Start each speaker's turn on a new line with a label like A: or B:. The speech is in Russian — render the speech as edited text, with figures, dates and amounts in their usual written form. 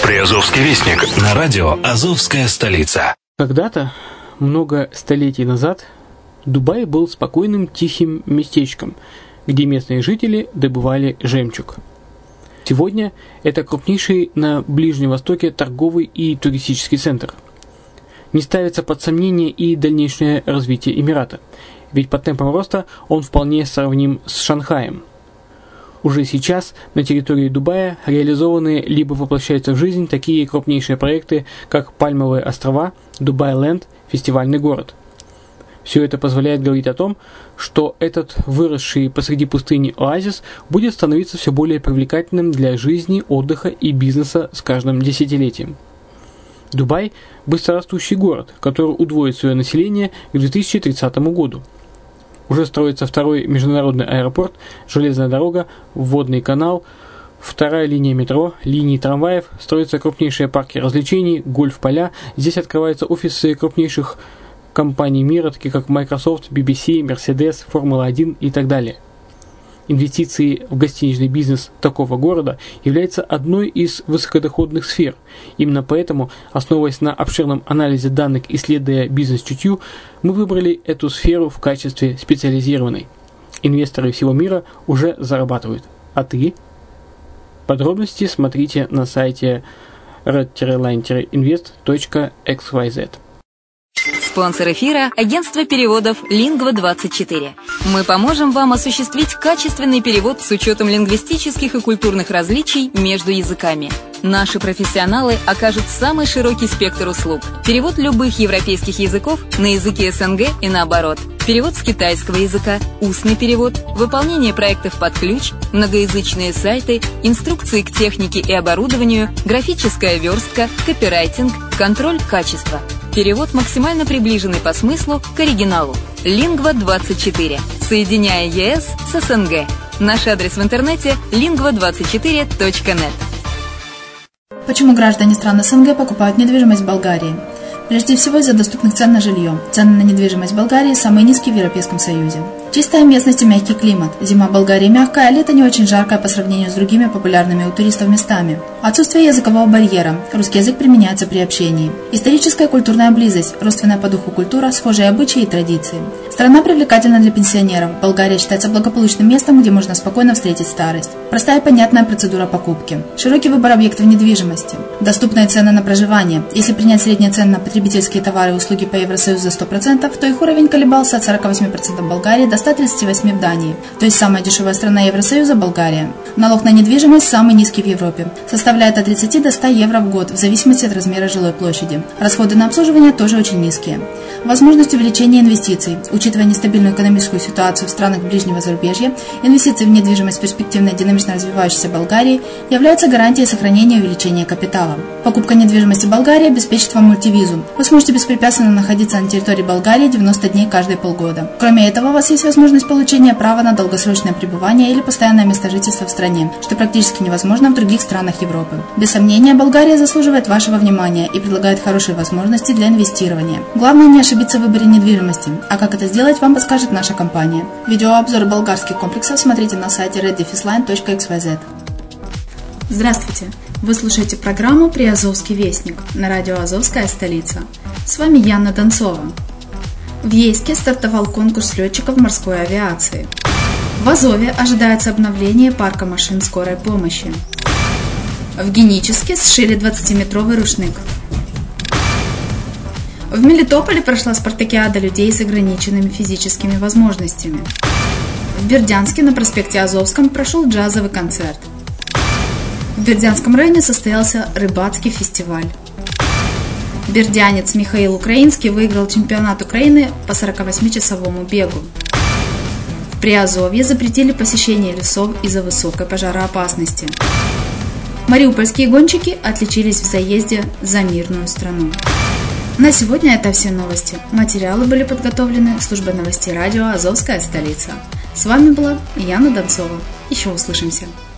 A: Приазовский вестник на радио «Азовская столица».
B: Когда-то, много столетий назад, Дубай был спокойным тихим местечком, где местные жители добывали жемчуг. Сегодня это крупнейший на Ближнем Востоке торговый и туристический центр. Не ставится под сомнение и дальнейшее развитие Эмирата, ведь по темпам роста он вполне сравним с Шанхаем. Уже сейчас на территории Дубая реализованы либо воплощаются в жизнь такие крупнейшие проекты, как Пальмовые острова, Дубай-Ленд, фестивальный город. Все это позволяет говорить о том, что этот выросший посреди пустыни оазис будет становиться все более привлекательным для жизни, отдыха и бизнеса с каждым десятилетием. Дубай – быстрорастущий город, который удвоит свое население к 2030 году. Уже строится второй международный аэропорт, железная дорога, водный канал, вторая линия метро, линии трамваев, строятся крупнейшие парки развлечений, гольф-поля. Здесь открываются офисы крупнейших компаний мира, таких как Microsoft, BBC, Mercedes, Формула-1 и так далее. Инвестиции в гостиничный бизнес такого города являются одной из высокодоходных сфер. Именно поэтому, основываясь на обширном анализе данных, исследуя бизнес-чутью, мы выбрали эту сферу в качестве специализированной. Инвесторы всего мира уже зарабатывают. А ты? Подробности смотрите на сайте red-line-invest.xyz.
C: Спонсор эфира – агентство переводов Lingva24. Мы поможем вам осуществить качественный перевод с учетом лингвистических и культурных различий между языками. Наши профессионалы окажут самый широкий спектр услуг. Перевод любых европейских языков на языки СНГ и наоборот. Перевод с китайского языка, устный перевод, выполнение проектов под ключ, многоязычные сайты, инструкции к технике и оборудованию, графическая верстка, копирайтинг, контроль качества. Перевод максимально приближенный по смыслу к оригиналу. Lingva24. Соединяя ЕС с СНГ. Наш адрес в интернете lingva24.net.
D: Почему граждане стран СНГ покупают недвижимость в Болгарии? Прежде всего из-за доступных цен на жилье. Цены на недвижимость в Болгарии самые низкие в Европейском Союзе. Чистая местность и мягкий климат. Зима в Болгарии мягкая, а лето не очень жаркое по сравнению с другими популярными у туристов местами. Отсутствие языкового барьера. Русский язык применяется при общении. Историческая и культурная близость. Родственная по духу культура, схожие обычаи и традиции. Страна привлекательна для пенсионеров. Болгария считается благополучным местом, где можно спокойно встретить старость. Простая и понятная процедура покупки. Широкий выбор объектов недвижимости. Доступные цены на проживание. Если принять средние цены на потребительские товары и услуги по Евросоюзу за 100%, то их уровень колебался от 48% в Болгарии до 138% в Дании. То есть самая дешевая страна Евросоюза – Болгария. Налог на недвижимость самый низкий в Европе. Составляет от 30 до 100 евро в год, в зависимости от размера жилой площади. Расходы на обслуживание тоже очень низкие. Возможность увеличения инвестиций. Учитывая нестабильную экономическую ситуацию в странах ближнего зарубежья, инвестиции в недвижимость в перспективной динамично развивающейся Болгарии являются гарантией сохранения и увеличения капитала. Покупка недвижимости в Болгарии обеспечит вам мультивизу. Вы сможете беспрепятственно находиться на территории Болгарии 90 дней каждые полгода. Кроме этого, у вас есть возможность получения права на долгосрочное пребывание или постоянное место жительства в стране, что практически невозможно в других странах Европы. Без сомнения, Болгария заслуживает вашего внимания и предлагает хорошие возможности для инвестирования. Главное не ошибиться в выборе недвижимости, а как это сделать, вам подскажет наша компания. Видеообзор болгарских комплексов смотрите на сайте red-line.xyz. Здравствуйте! Вы слушаете программу «Приазовский вестник» на радио «Азовская столица». С вами Яна Донцова. В Ейске стартовал конкурс летчиков морской авиации. В Азове ожидается обновление парка машин скорой помощи. В Геническе сшили 20-метровый рушник. В Мелитополе прошла спартакиада людей с ограниченными физическими возможностями. В Бердянске на проспекте Азовском прошел джазовый концерт. В Бердянском районе состоялся рыбацкий фестиваль. Бердянец Михаил Украинский выиграл чемпионат Украины по 48-часовому бегу. В Приазовье запретили посещение лесов из-за высокой пожароопасности. Мариупольские гонщики отличились в заезде за мирную страну. На сегодня это все новости. Материалы были подготовлены службой новостей радио «Азовская столица». С вами была Яна Донцова. Еще услышимся.